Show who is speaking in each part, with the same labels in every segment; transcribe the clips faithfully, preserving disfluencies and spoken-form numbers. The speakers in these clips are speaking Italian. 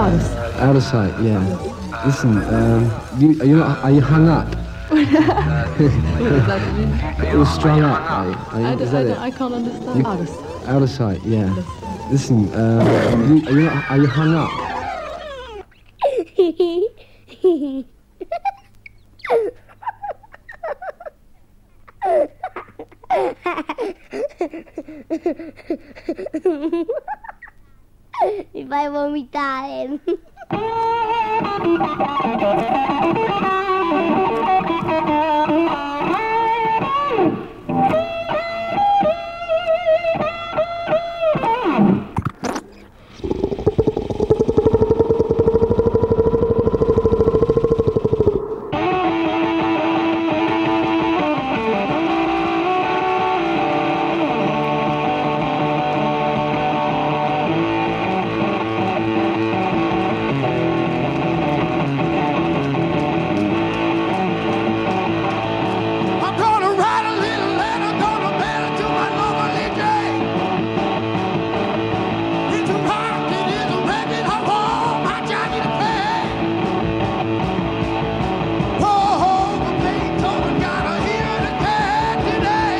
Speaker 1: Out of sight.
Speaker 2: Out of sight, yeah. Listen, um, you, are you not, are you hung up?
Speaker 1: What does that mean?
Speaker 2: It was strung up, are you? Are you,
Speaker 1: I,
Speaker 2: is
Speaker 1: d-
Speaker 2: that
Speaker 1: I, d-
Speaker 2: it?
Speaker 1: I can't understand.
Speaker 2: You-
Speaker 1: Out of sight.
Speaker 2: Out of sight, yeah. Listen, um, you, are you not, are you hung up?
Speaker 3: Mi fai vomitare.
Speaker 4: I'm gonna write a little letter, gonna mail it to my lover, Lee J. It's a rock, it is a record, I'm home, my Johnny to pay. Oh, oh, the Beethoven got a hear the cat today.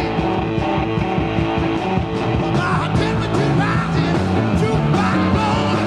Speaker 4: My temperature rising, jukebox blowing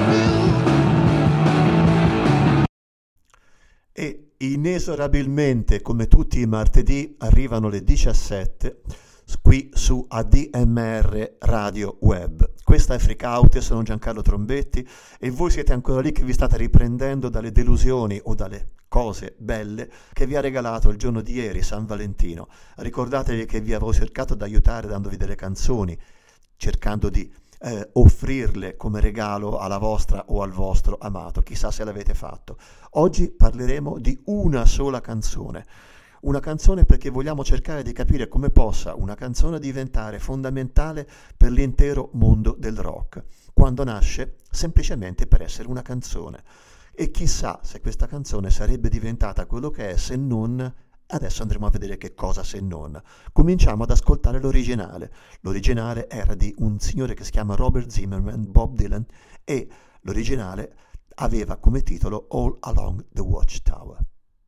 Speaker 4: the fuse.
Speaker 5: E inesorabilmente, come tutti i martedì, arrivano le diciassette qui su A D M R Radio Web. Questa è Freak Out, io sono Giancarlo Trombetti e voi siete ancora lì che vi state riprendendo dalle delusioni o dalle cose belle che vi ha regalato il giorno di ieri, San Valentino. Ricordatevi che vi avevo cercato di aiutare dandovi delle canzoni, cercando di eh, offrirle come regalo alla vostra o al vostro amato, chissà se l'avete fatto. Oggi parleremo di una sola canzone, una canzone perché vogliamo cercare di capire come possa una canzone diventare fondamentale per l'intero mondo del rock, quando nasce semplicemente per essere una canzone. E chissà se questa canzone sarebbe diventata quello che è se non... Adesso andremo a vedere che cosa se non. Cominciamo ad ascoltare l'originale. L'originale era di un signore che si chiama Robert Zimmerman, Bob Dylan, e l'originale aveva come titolo All Along the Watchtower.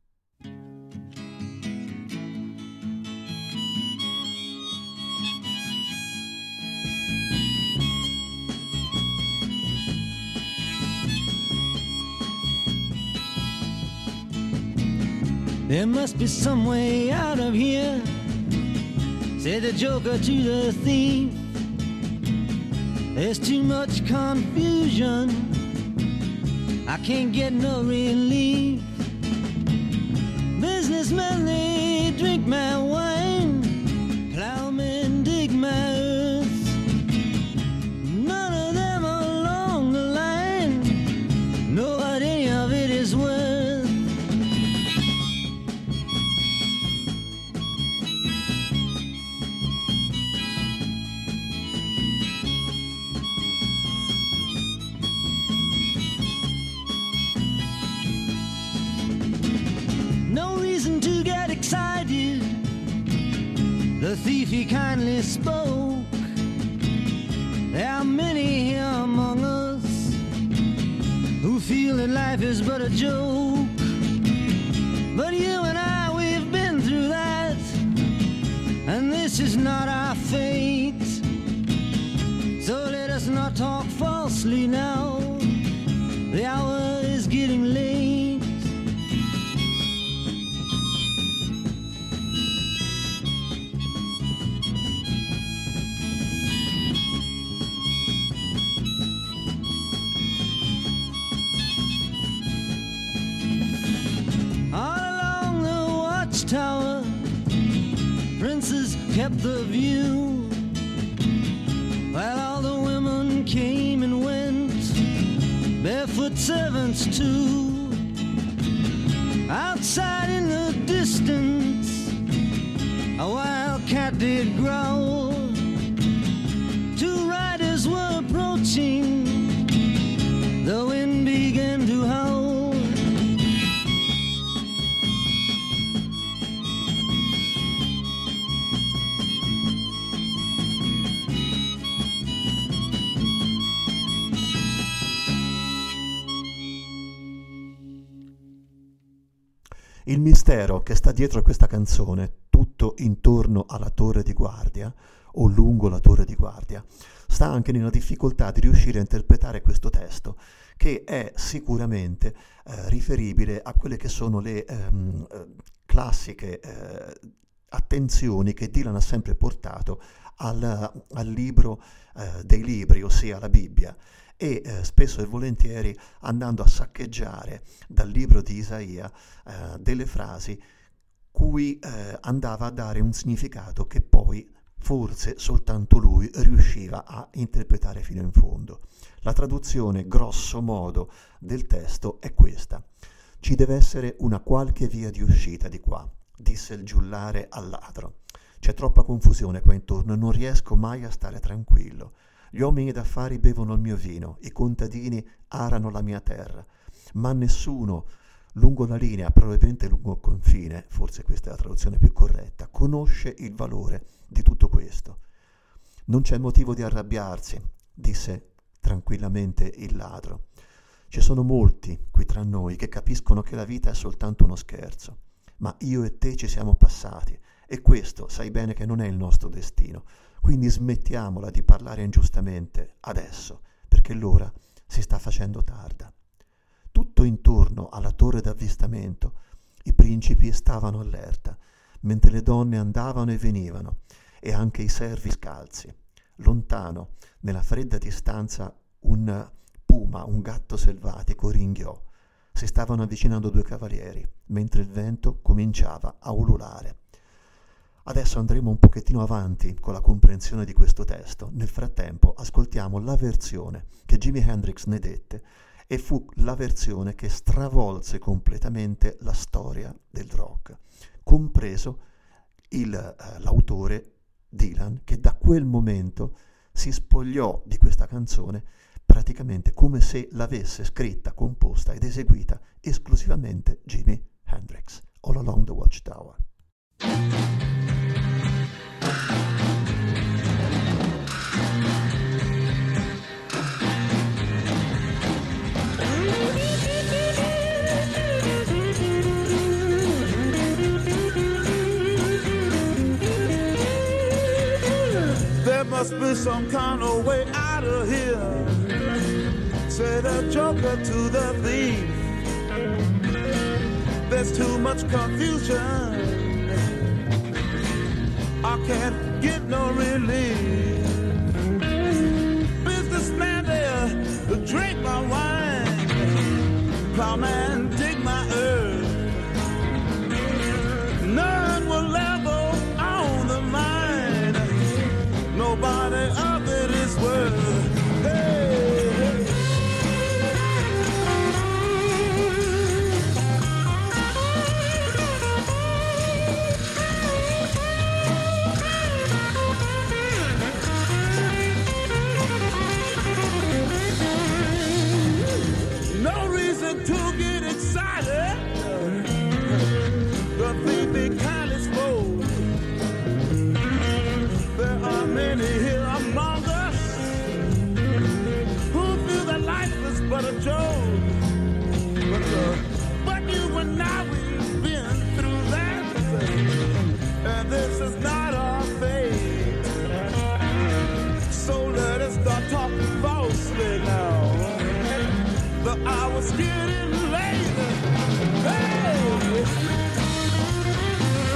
Speaker 6: There must be some way out of here, said the joker to the thief. There's too much confusion, I can't get no relief. Businessmen, they drink my wine, plowmen dig my earth. None of them along the line know what any of it is worth. Excited, the thief he kindly spoke. There are many here among us who feel that life is but a joke. But you and I, we've been through that, and this is not our fate. So let us not talk falsely now, the hour is getting late. Tower, princes kept the view, while all the women came and went, barefoot servants too. Outside in the distance, a wild cat did growl. Two riders were approaching, the wind began to howl.
Speaker 5: Il mistero che sta dietro a questa canzone, tutto intorno alla torre di guardia, o lungo la torre di guardia, sta anche nella difficoltà di riuscire a interpretare questo testo, che è sicuramente eh, riferibile a quelle che sono le ehm, classiche eh, attenzioni che Dylan ha sempre portato al, al libro eh, dei libri, ossia la Bibbia, e eh, spesso e volentieri andando a saccheggiare dal libro di Isaia eh, delle frasi cui eh, andava a dare un significato che poi forse soltanto lui riusciva a interpretare fino in fondo. La traduzione grosso modo del testo è questa: ci deve essere una qualche via di uscita di qua, disse il giullare al ladro. C'è troppa confusione qua intorno e non riesco mai a stare tranquillo. Gli uomini d'affari bevono il mio vino, i contadini arano la mia terra, ma nessuno lungo la linea, probabilmente lungo il confine, forse questa è la traduzione più corretta, conosce il valore di tutto questo. Non c'è motivo di arrabbiarsi, disse tranquillamente il ladro. Ci sono molti qui tra noi che capiscono che la vita è soltanto uno scherzo, ma io e te ci siamo passati e questo sai bene che non è il nostro destino, quindi smettiamola di parlare ingiustamente adesso, perché l'ora si sta facendo tarda. Tutto intorno alla torre d'avvistamento i principi stavano allerta, mentre le donne andavano e venivano, e anche i servi scalzi. Lontano, nella fredda distanza, un puma, un gatto selvatico, ringhiò. Si stavano avvicinando due cavalieri, mentre il vento cominciava a ululare. Adesso andremo un pochettino avanti con la comprensione di questo testo. Nel frattempo ascoltiamo la versione che Jimi Hendrix ne dette, e fu la versione che stravolse completamente la storia del rock, compreso il, eh, l'autore Dylan, che da quel momento si spogliò di questa canzone praticamente come se l'avesse scritta, composta ed eseguita esclusivamente Jimi Hendrix. All Along the Watchtower.
Speaker 3: There must be some kind of way out of here, said the joker to the thief. There's too much confusion, I can't get no relief. Businessman there, drink my wine, plowman dig my earth. None will ever own the mine, nobody of it is worth. Hey, hey. No reason to get excited, the thief be kindly spoke. There are many here among us who feel that life is but a joke. But, uh, but you and I, we've been through that, and this is not our fate. So let us start talking falsely now. The hour's getting late. Hey!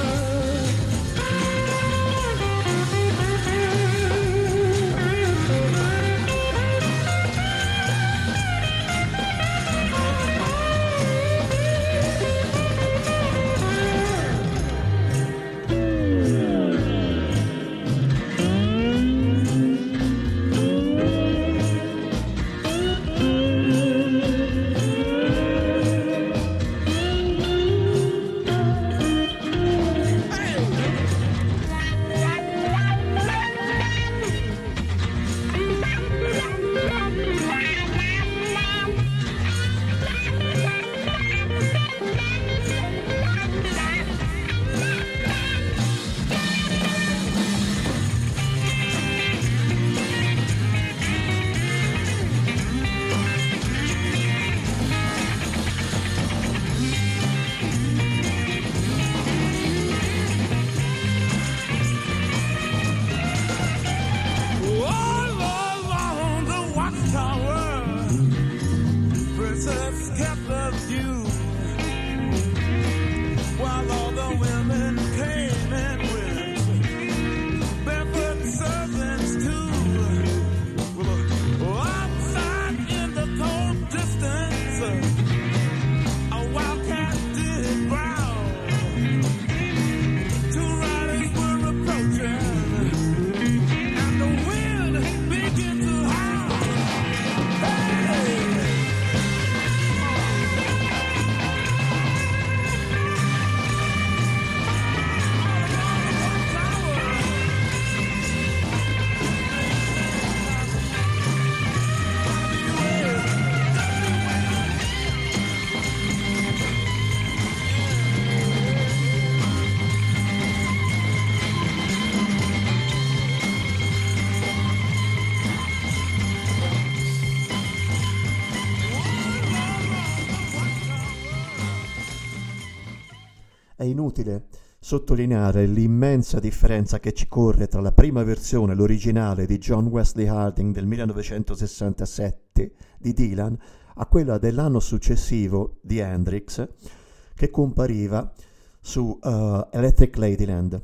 Speaker 5: È inutile sottolineare l'immensa differenza che ci corre tra la prima versione, l'originale di John Wesley Harding del millenovecentosessantasette di Dylan, a quella dell'anno successivo di Hendrix, che compariva su uh, Electric Ladyland.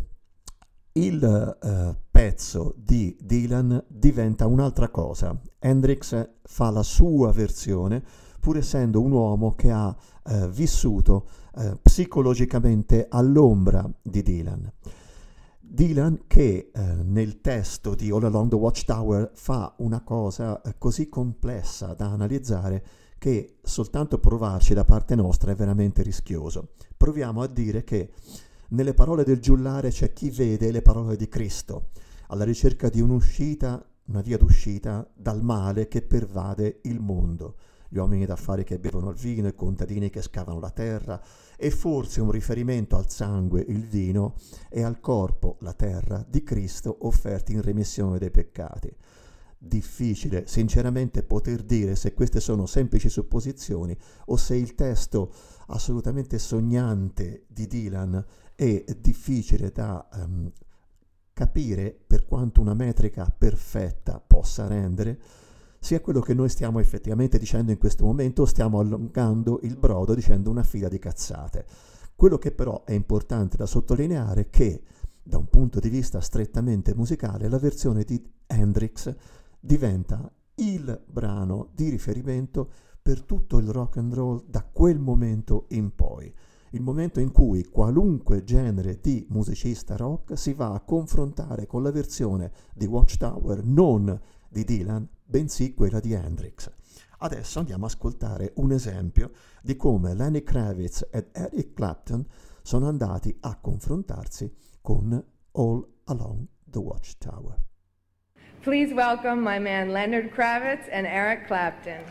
Speaker 5: Il uh, pezzo di Dylan diventa un'altra cosa. Hendrix fa la sua versione, pur essendo un uomo che ha uh, vissuto uh, psicologicamente all'ombra di Dylan. Dylan che uh, nel testo di All Along the Watchtower fa una cosa uh, così complessa da analizzare che soltanto provarci da parte nostra è veramente rischioso. Proviamo a dire che nelle parole del giullare c'è chi vede le parole di Cristo, alla ricerca di un'uscita, una via d'uscita dal male che pervade il mondo. Gli uomini d'affari che bevono il vino, i contadini che scavano la terra, e forse un riferimento al sangue, il vino, e al corpo, la terra, di Cristo offerti in remissione dei peccati. Difficile sinceramente poter dire se queste sono semplici supposizioni o se il testo assolutamente sognante di Dylan è difficile da um, capire per quanto una metrica perfetta possa rendere, sia quello che noi stiamo effettivamente dicendo in questo momento o stiamo allungando il brodo dicendo una fila di cazzate. Quello che però è importante da sottolineare è che da un punto di vista strettamente musicale la versione di Hendrix diventa il brano di riferimento per tutto il rock and roll da quel momento in poi, il momento in cui qualunque genere di musicista rock si va a confrontare con la versione di Watchtower non di Dylan, bensì quella di Hendrix. Adesso andiamo a ascoltare un esempio di come Lenny Kravitz ed Eric Clapton sono andati a confrontarsi con All Along the Watchtower.
Speaker 7: Please welcome my man Leonard Kravitz and Eric Clapton.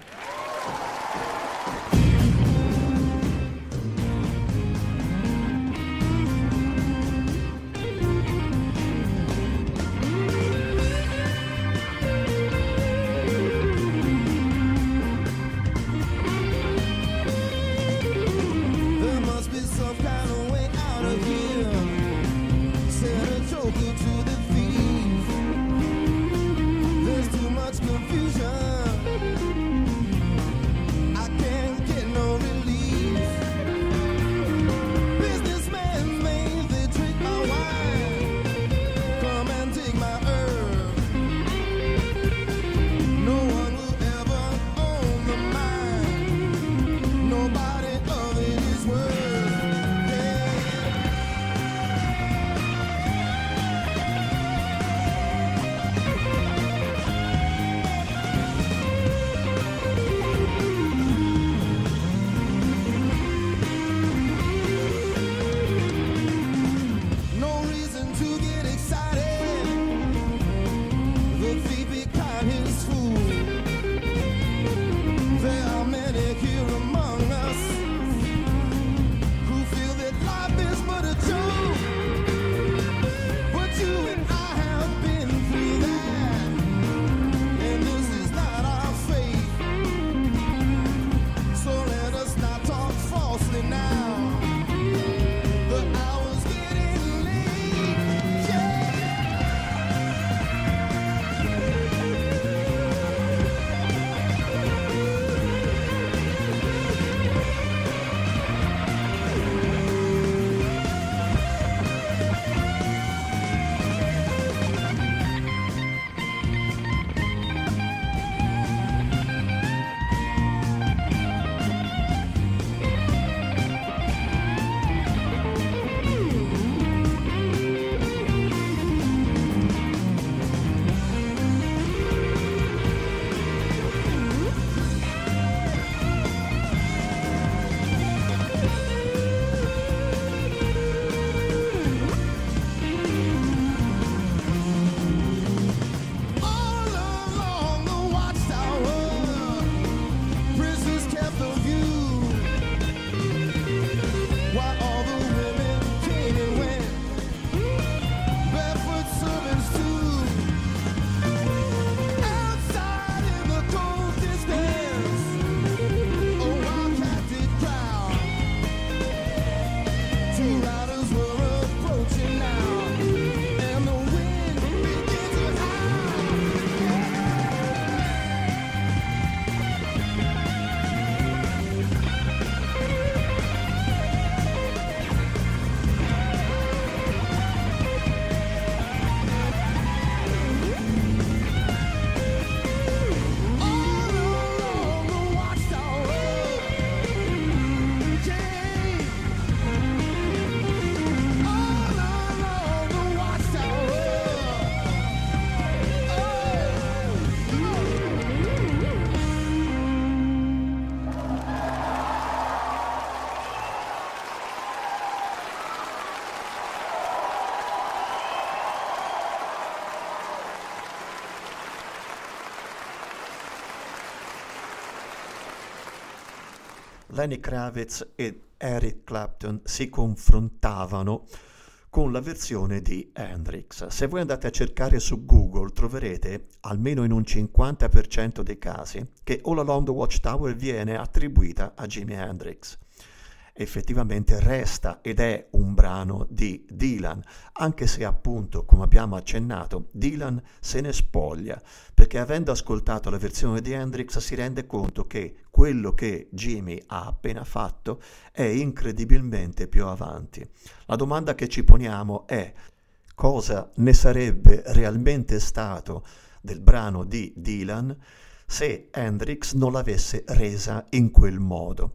Speaker 6: There must be some kind of way out of here. Send a joker to the thief. There's too much confusion. I can't get no relief. Businessmen made they drink my wine. Come and take my herb. No one will ever own the mine. Nobody of it is worth. No reason to get excited. The thief behind his fool. There are many here among us who feel that life is but a joke. But you and I have been through that, and this is not our fate. So let us not talk falsely now. The hour's getting late. Yeah.
Speaker 4: two riders were approaching now, and the wind began to
Speaker 5: Lenny Kravitz e Eric Clapton si confrontavano con la versione di Hendrix. Se voi andate a cercare su Google troverete, almeno in un cinquanta per cento dei casi, che All Along the Watchtower viene attribuita a Jimi Hendrix. Effettivamente resta ed è un brano di Dylan, anche se appunto, come abbiamo accennato, Dylan se ne spoglia, perché avendo ascoltato la versione di Hendrix si rende conto che quello che Jimi ha appena fatto è incredibilmente più avanti. La domanda che ci poniamo è: cosa ne sarebbe realmente stato del brano di Dylan se Hendrix non l'avesse resa in quel modo?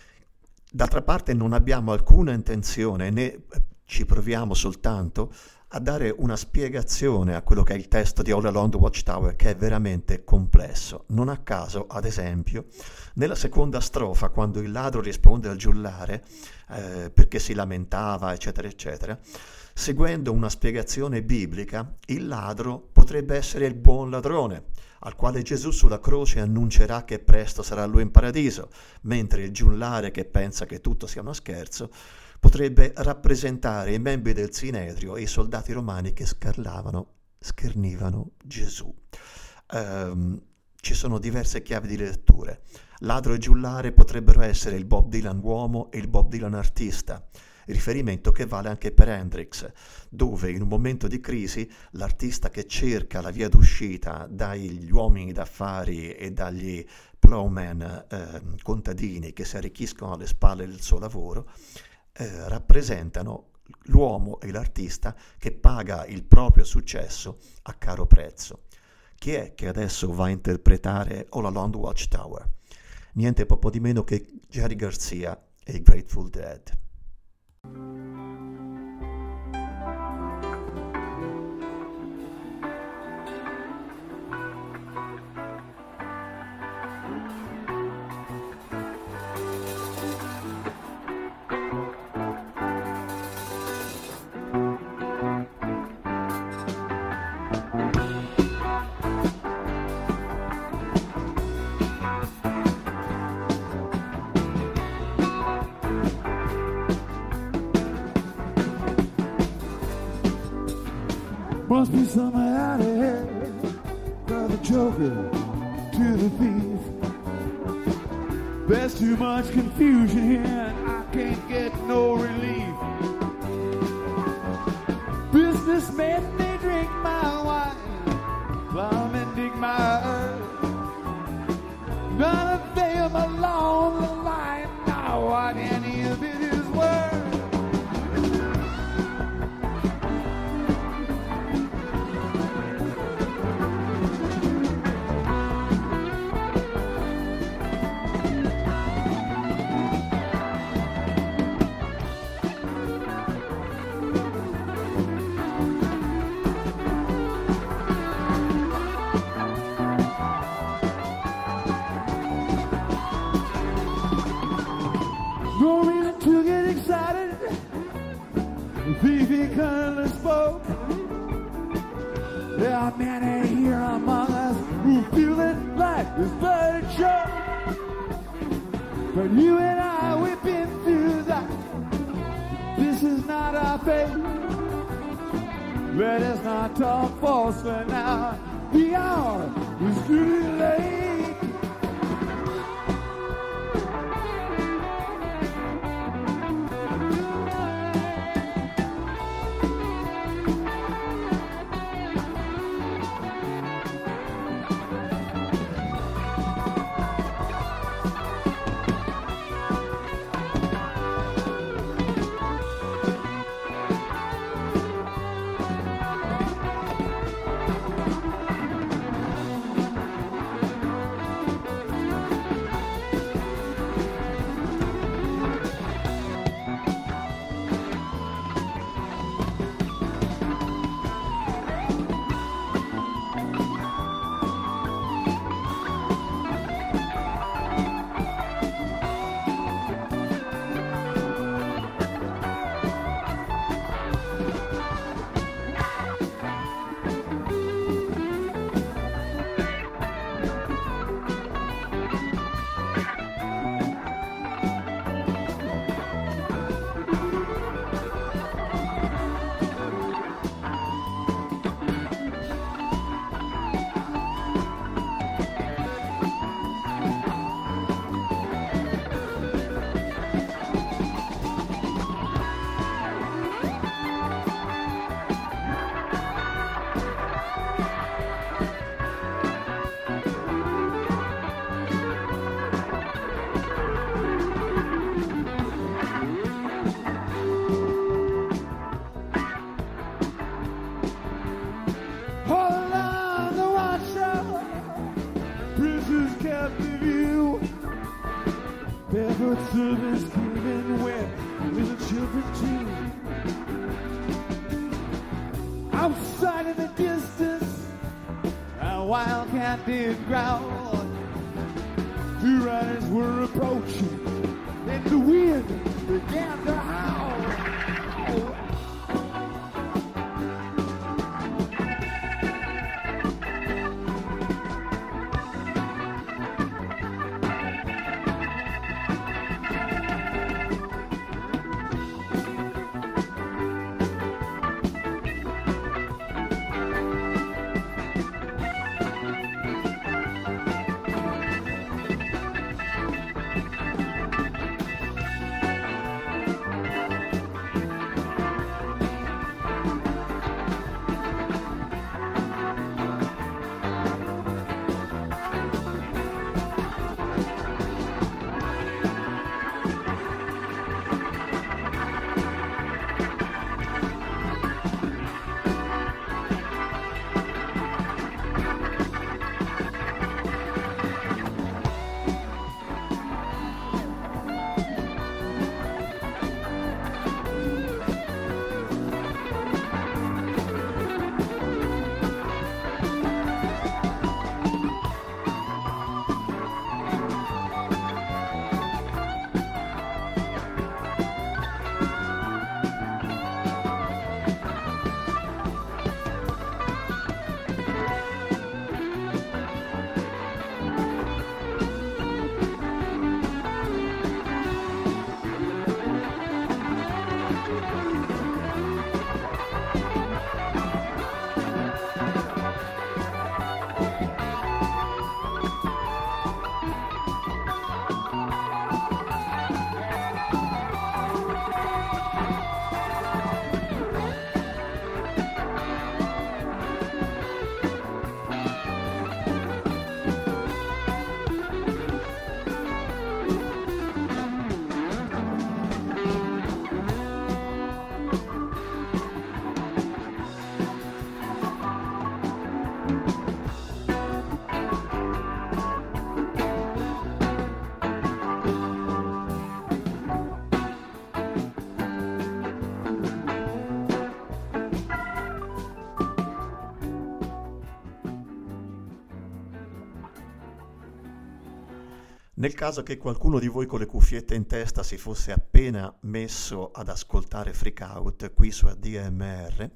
Speaker 5: D'altra parte non abbiamo alcuna intenzione, né ci proviamo soltanto a dare una spiegazione a quello che è il testo di All Along the Watchtower, che è veramente complesso. Non a caso, ad esempio, nella seconda strofa, quando il ladro risponde al giullare eh, perché si lamentava, eccetera, eccetera, seguendo una spiegazione biblica, il ladro potrebbe essere il buon ladrone, al quale Gesù sulla croce annuncerà che presto sarà lui in paradiso, mentre il giullare, che pensa che tutto sia uno scherzo, potrebbe rappresentare i membri del Sinedrio e i soldati romani che scarlavano, schernivano Gesù. Um, ci sono diverse chiavi di letture. Ladro e giullare potrebbero essere il Bob Dylan uomo e il Bob Dylan artista, riferimento che vale anche per Hendrix, dove in un momento di crisi l'artista che cerca la via d'uscita dagli uomini d'affari e dagli plowman eh, contadini che si arricchiscono alle spalle del suo lavoro, eh, rappresentano l'uomo e l'artista che paga il proprio successo a caro prezzo. Chi è che adesso va a interpretare All Along the Watchtower? Niente poco di meno che Jerry Garcia e i Grateful Dead.
Speaker 4: Must be something out of here, from the joker to the thief. There's too much confusion here and I can't get no relief. Businessmen, they drink my wine, plowmen dig my earth. None of them along the line know what any of it is worth. No reason to get excited, the thief he kindly spoke. There are many here among us who feel that life is but a joke. But you and I, we've been through that. This is not our fate. Let us not talk falsely now. The hour is too late. children too. Outside in the distance, a wildcat did growl. Two riders were approaching, and the wind began to howl.
Speaker 5: Nel caso che qualcuno di voi con le cuffiette in testa si fosse appena messo ad ascoltare Freak Out qui su A D M R,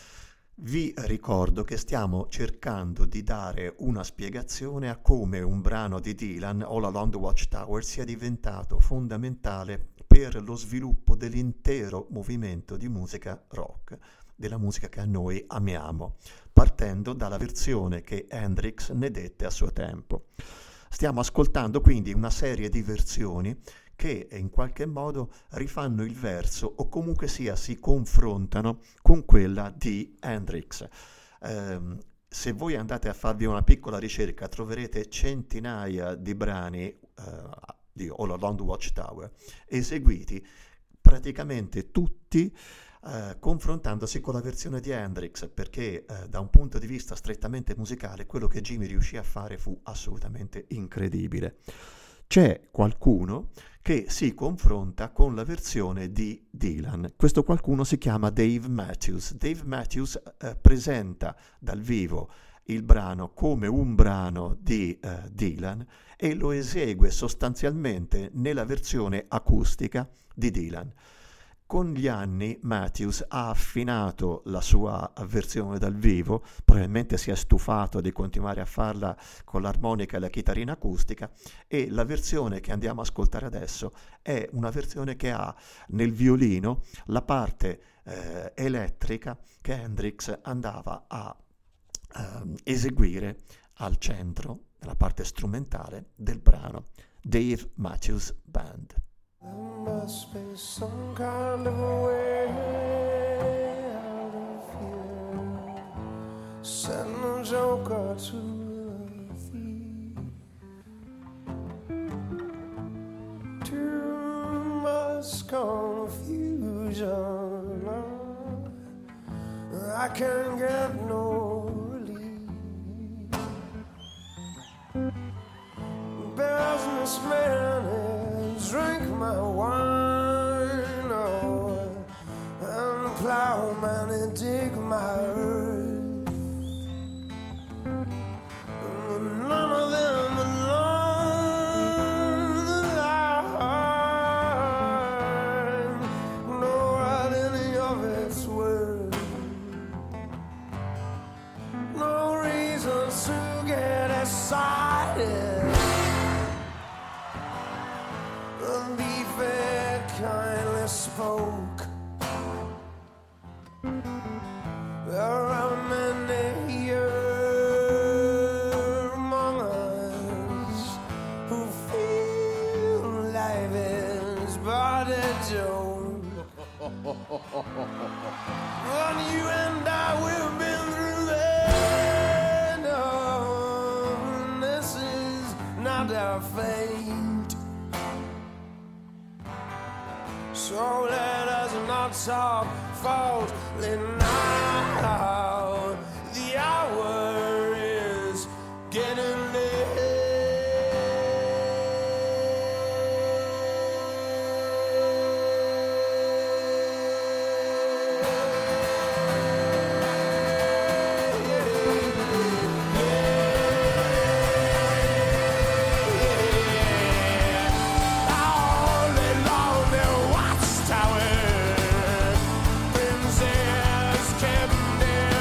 Speaker 5: vi ricordo che stiamo cercando di dare una spiegazione a come un brano di Dylan, All Along the Watchtower, sia diventato fondamentale per lo sviluppo dell'intero movimento di musica rock, della musica che a noi amiamo, partendo dalla versione che Hendrix ne dette a suo tempo. Stiamo ascoltando quindi una serie di versioni che in qualche modo rifanno il verso o comunque sia si confrontano con quella di Hendrix. Um, se voi andate a farvi una piccola ricerca troverete centinaia di brani uh, di All Along the Watchtower eseguiti praticamente tutti Uh, confrontandosi con la versione di Hendrix, perché uh, da un punto di vista strettamente musicale quello che Jimmy riuscì a fare fu assolutamente incredibile. C'è qualcuno che si confronta con la versione di Dylan. Questo qualcuno si chiama Dave Matthews. Dave Matthews uh, presenta dal vivo il brano come un brano di uh, Dylan e lo esegue sostanzialmente nella versione acustica di Dylan. Con gli anni Matthews ha affinato la sua versione dal vivo, probabilmente si è stufato di continuare a farla con l'armonica e la chitarrina acustica, e la versione che andiamo a ascoltare adesso è una versione che ha nel violino la parte eh, elettrica che Hendrix andava a eh, eseguire al centro, nella parte strumentale del brano. Dave Matthews Band.
Speaker 8: There must be some kind of a way out of here. Send a joker to the thief. Too much confusion. I can't get no relief. Businessman, drink my wine, oh, plowman and dig my earth. None of them along the line know what any of it's worth. No reason to get excited and be fair, kindly spoke. There are many here among us who feel life is but a joke. But you and I, we've been through that. No, this is not our fate. So let us not talk falsely now. The hour is getting late. All along the watchtower, Princess kept their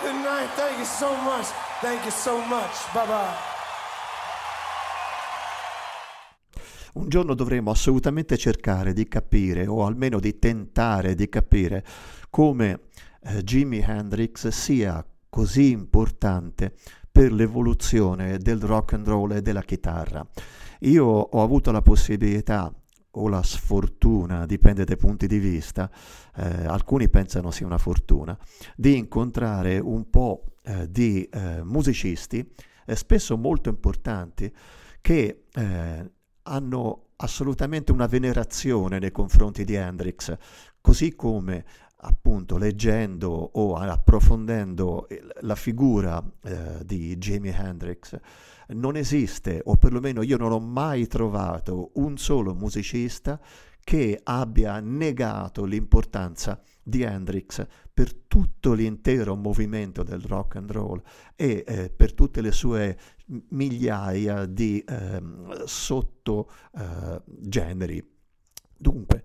Speaker 8: good night. Thank you so much. Thank you so much. Bye bye.
Speaker 5: Un giorno dovremo assolutamente cercare di capire, o almeno di tentare di capire, come eh, Jimi Hendrix sia così importante per l'evoluzione del rock and roll e della chitarra. Io ho avuto la possibilità o la sfortuna, dipende dai punti di vista, eh, alcuni pensano sia una fortuna, di incontrare un po' eh, di eh, musicisti, eh, spesso molto importanti, che eh, hanno assolutamente una venerazione nei confronti di Hendrix, così come appunto leggendo o approfondendo la figura eh, di Jimi Hendrix non esiste, o perlomeno io non ho mai trovato un solo musicista che abbia negato l'importanza di Hendrix per tutto l'intero movimento del rock and roll e eh, per tutte le sue migliaia di eh, sottogeneri. Eh, Dunque,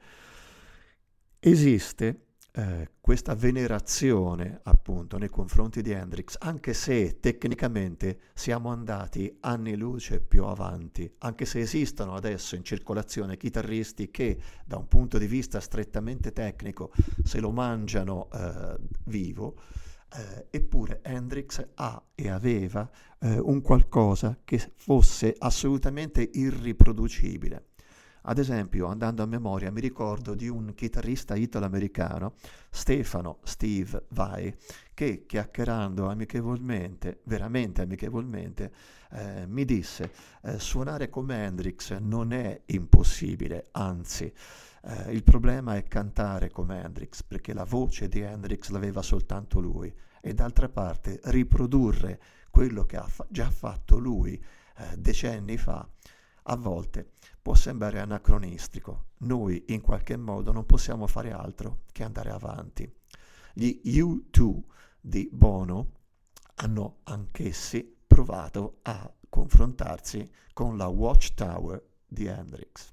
Speaker 5: esiste eh, questa venerazione appunto nei confronti di Hendrix, anche se tecnicamente siamo andati anni luce più avanti, anche se esistono adesso in circolazione chitarristi che da un punto di vista strettamente tecnico se lo mangiano eh, vivo, eh, eppure Hendrix ha e aveva eh, un qualcosa che fosse assolutamente irriproducibile. Ad esempio, andando a memoria, mi ricordo di un chitarrista italo-americano, Stefano Steve Vai, che chiacchierando amichevolmente, veramente amichevolmente, eh, mi disse eh, suonare come Hendrix non è impossibile, anzi, eh, il problema è cantare come Hendrix, perché la voce di Hendrix l'aveva soltanto lui, e d'altra parte riprodurre quello che ha fa- già fatto lui eh, decenni fa, a volte può sembrare anacronistico. Noi in qualche modo non possiamo fare altro che andare avanti. Gli U due di Bono hanno anch'essi provato a confrontarsi con la Watchtower di Hendrix.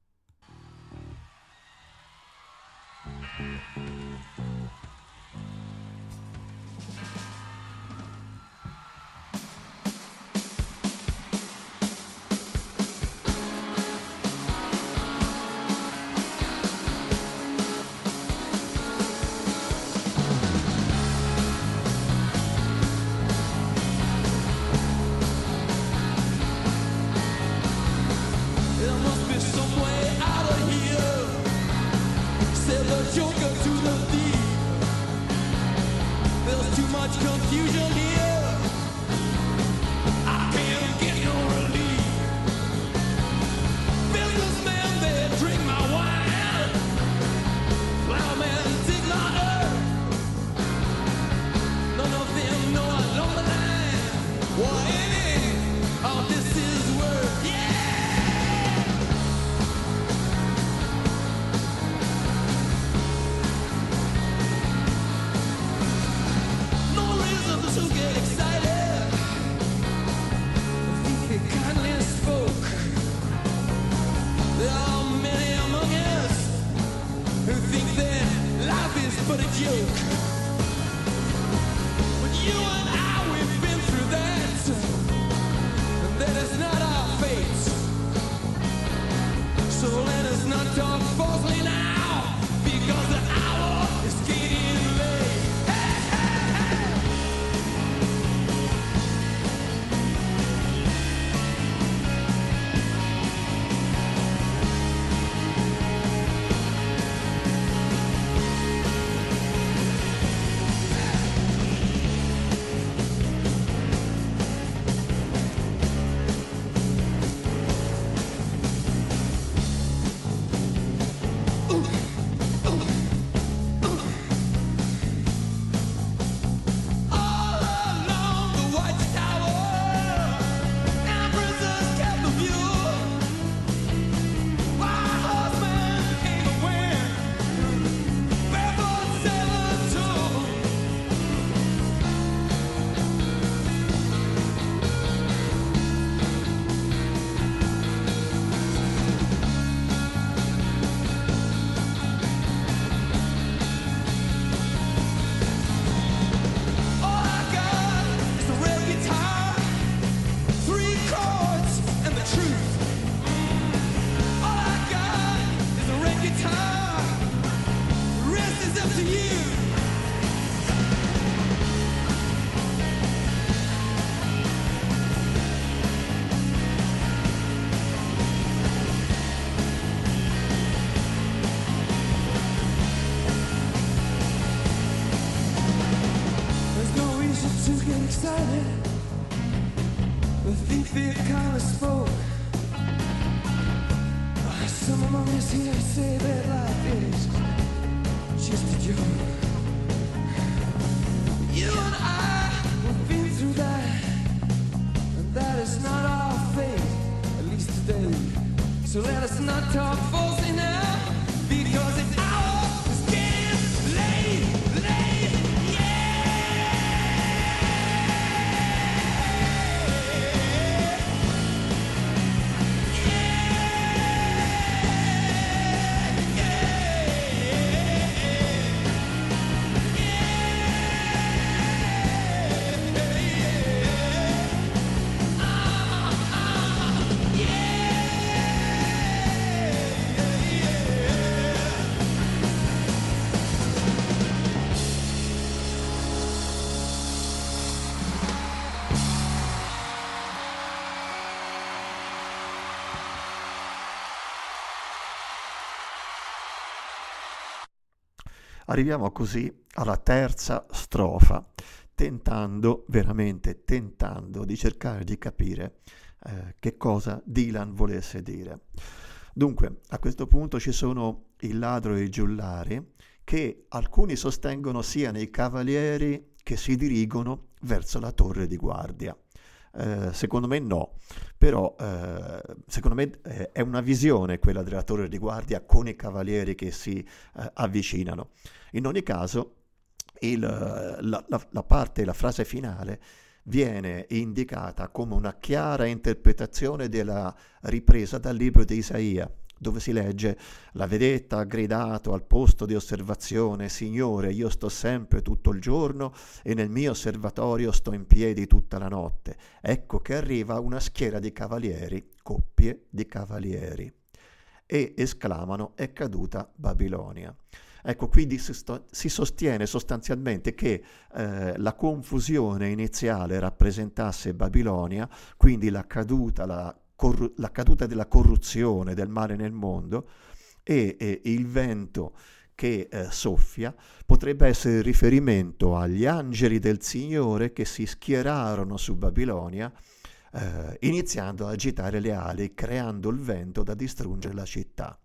Speaker 9: Confusion here, I can't get no relief. Businessmen, they drink my wine. Plowmen dig my earth. None of them know along the line what any of this is worth. Yeah! No reason to get excited. He kindly spoke. There are many among us who think that life is but a joke. But you and I, we've been through that. And that kindly spoke. Some among us here say that life is just a joke. You and I, we've been through that, and that is not our fate, at least today. So let us not talk falsely now, because it's ours, it's getting late, late,
Speaker 5: Arriviamo così alla terza strofa, tentando, veramente tentando, di cercare di capire eh, che cosa Dylan volesse dire. Dunque, a questo punto ci sono il ladro e i giullari, che alcuni sostengono siano i cavalieri che si dirigono verso la torre di guardia. Eh, secondo me no, però eh, secondo me eh, è una visione quella della torre di guardia con i cavalieri che si eh, avvicinano. In ogni caso il, la, la, la parte, la frase finale viene indicata come una chiara interpretazione della ripresa dal libro di Isaia, dove si legge: la vedetta ha gridato al posto di osservazione, Signore, io sto sempre tutto il giorno e nel mio osservatorio sto in piedi tutta la notte. Ecco che arriva una schiera di cavalieri, coppie di cavalieri, e esclamano: è caduta Babilonia. Ecco, quindi si, sto, si sostiene sostanzialmente che eh, la confusione iniziale rappresentasse Babilonia, quindi la caduta, la Corru- la caduta della corruzione, del male nel mondo, e, e il vento che eh, soffia potrebbe essere riferimento agli angeli del Signore che si schierarono su Babilonia, eh, iniziando a agitare le ali, creando il vento da distruggere la città.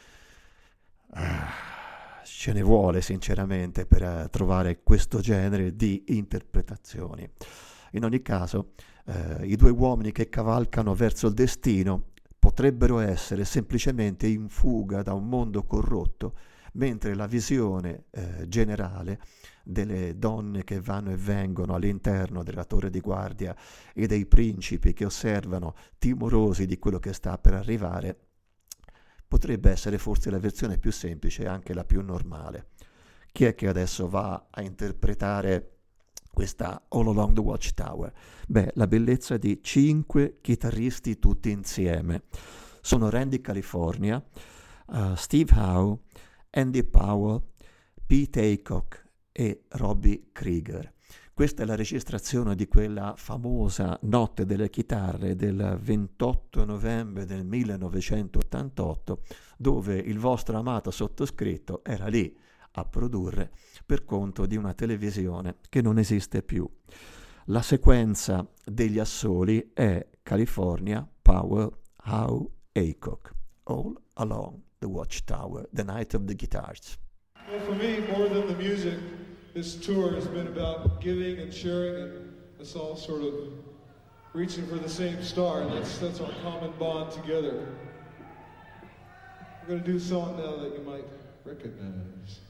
Speaker 5: Ah, ce ne vuole sinceramente per uh, trovare questo genere di interpretazioni. In ogni caso, eh, i due uomini che cavalcano verso il destino potrebbero essere semplicemente in fuga da un mondo corrotto, mentre la visione eh, generale delle donne che vanno e vengono all'interno della torre di guardia e dei principi che osservano timorosi di quello che sta per arrivare potrebbe essere forse la versione più semplice e anche la più normale. Chi è che adesso va a interpretare questa All Along the Watchtower? Beh, la bellezza di cinque chitarristi tutti insieme. Sono Randy California, uh, Steve Howe, Andy Powell, Pete Aycock e Robbie Krieger. Questa è la registrazione di quella famosa Notte delle chitarre del ventotto novembre del millenovecentottantotto, dove il vostro amato sottoscritto era lì a produrre per conto di una televisione che non esiste più. La sequenza degli assoli è California, Powell, Howe, Aycock, All Along the Watchtower, The Night of the Guitars.
Speaker 10: Well, for me, more than the music, this tour has been about giving and sharing, and us all sort of reaching for the same star, and that's, that's our common bond together. We're going to do a song now that you might recognize.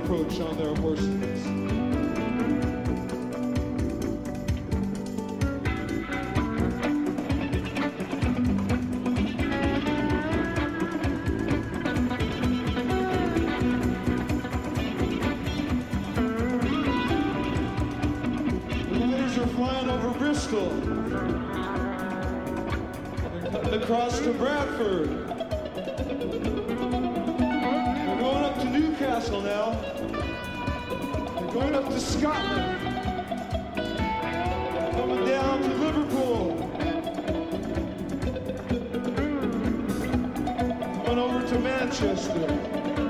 Speaker 10: approach on their horses. Flying over Bristol, they're cutting across to Bradford, they're going up to Newcastle now, they're going up to Scotland, they're coming down to Liverpool, coming over to Manchester.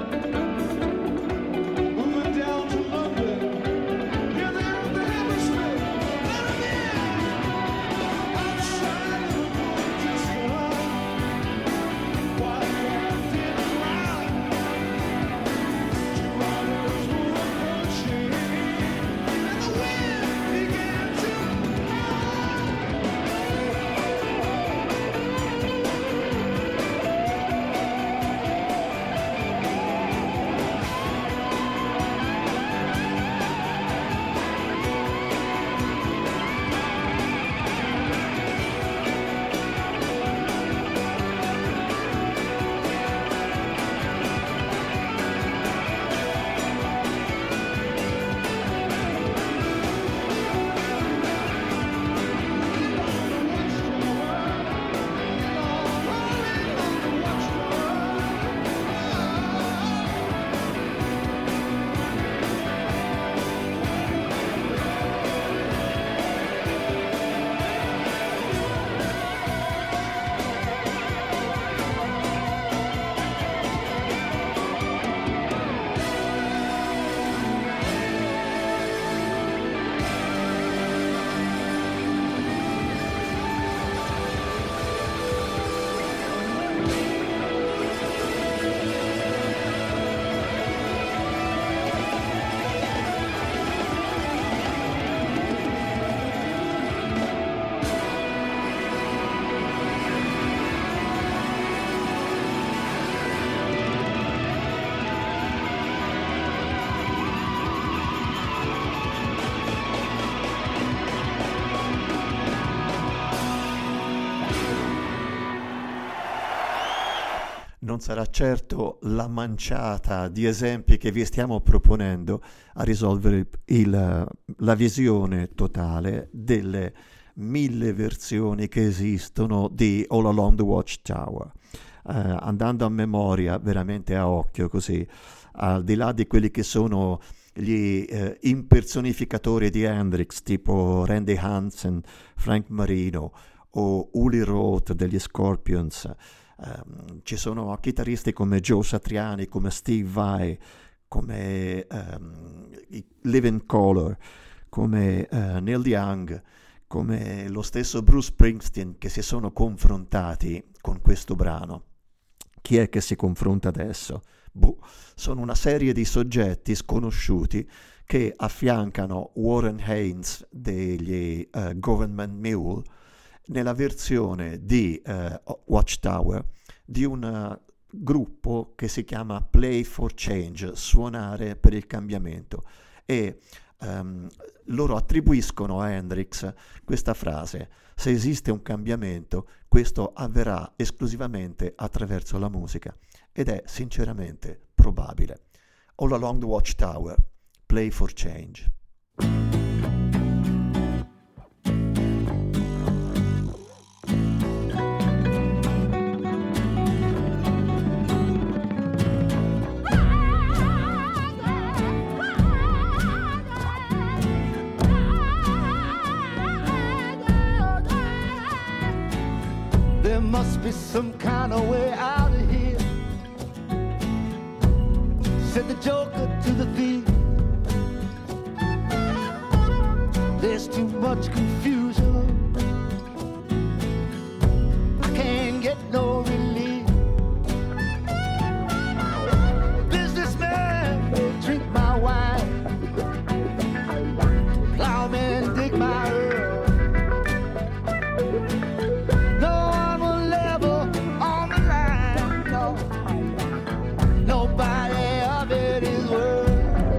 Speaker 5: Non sarà certo la manciata di esempi che vi stiamo proponendo a risolvere il, la visione totale delle mille versioni che esistono di All Along the Watchtower. Uh, andando a memoria, veramente a occhio così, al di là di quelli che sono gli eh, impersonificatori di Hendrix, tipo Randy Hansen, Frank Marino o Uli Roth degli Scorpions, Um, ci sono chitarristi come Joe Satriani, come Steve Vai, come um, Living Colour, come uh, Neil Young, come lo stesso Bruce Springsteen, che si sono confrontati con questo brano. Chi è che si confronta adesso? Boh, sono una serie di soggetti sconosciuti che affiancano Warren Haynes degli uh, Government Mule nella versione di uh, Watchtower di un uh, gruppo che si chiama Play for Change, suonare per il cambiamento, e um, loro attribuiscono a Hendrix questa frase: se esiste un cambiamento, questo avverrà esclusivamente attraverso la musica, ed è sinceramente probabile. All Along the Watchtower, Play for Change.
Speaker 4: There must be some kind of way out of here, said the joker to the thief. There's too much confusion, I can't get no relief. Businessman, drink my wine, plowman, dig my earth. Nobody of it is worth.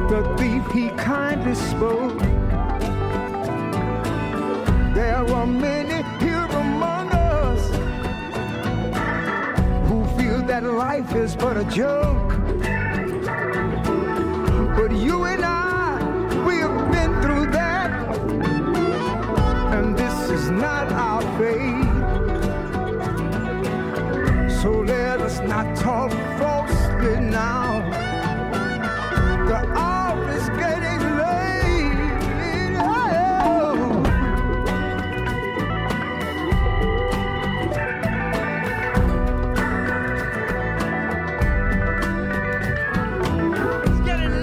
Speaker 4: the thief he kindly spoke. There are many here among us who feel that life is but a joke. But you and I, we have been through that, and this is not our fate. So let us not talk falsely now. The hour is getting late. Oh. It's getting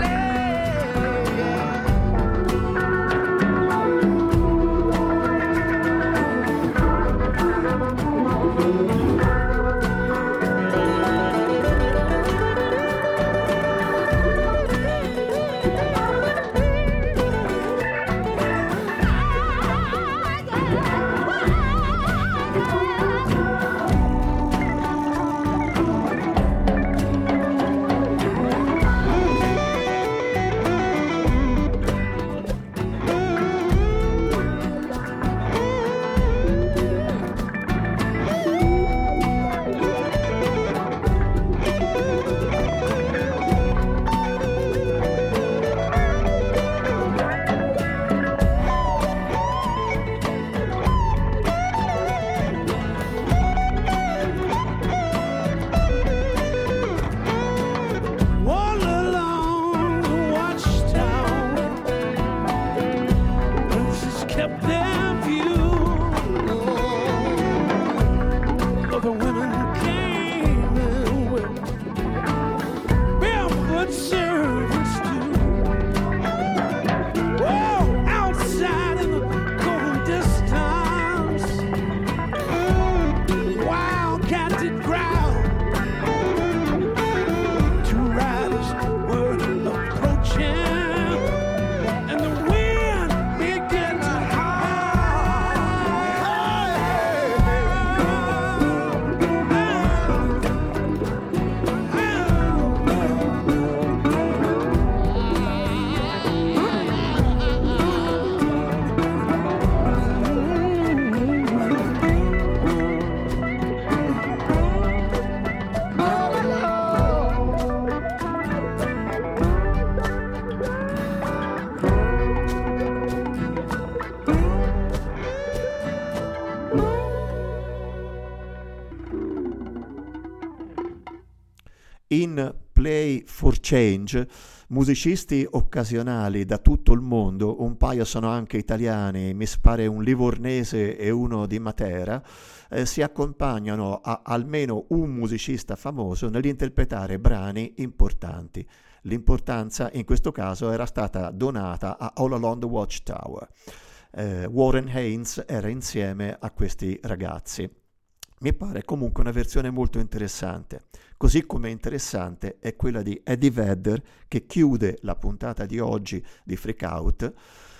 Speaker 5: In Play for Change, musicisti occasionali da tutto il mondo, un paio sono anche italiani, mi pare un livornese e uno di Matera, eh, si accompagnano a almeno un musicista famoso nell'interpretare brani importanti. L'importanza in questo caso era stata donata a All Along the Watchtower. Eh, Warren Haynes era insieme a questi ragazzi. Mi pare comunque una versione molto interessante, così come interessante è quella di Eddie Vedder che chiude la puntata di oggi di Freak Out.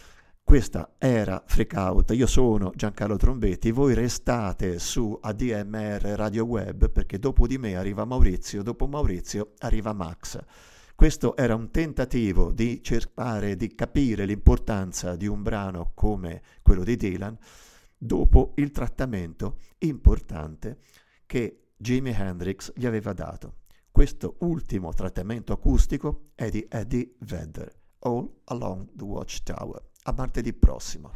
Speaker 5: Questa era Freak Out, io sono Giancarlo Trombetti, voi restate su A D M R Radio Web perché dopo di me arriva Maurizio, dopo Maurizio arriva Max. Questo era un tentativo di cercare di capire l'importanza di un brano come quello di Dylan dopo il trattamento importante che Jimi Hendrix gli aveva dato. Questo ultimo trattamento acustico è di Eddie Vedder, All Along the Watchtower. A martedì prossimo.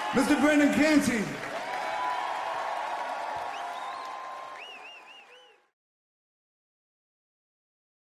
Speaker 11: Mister Brendan Canty.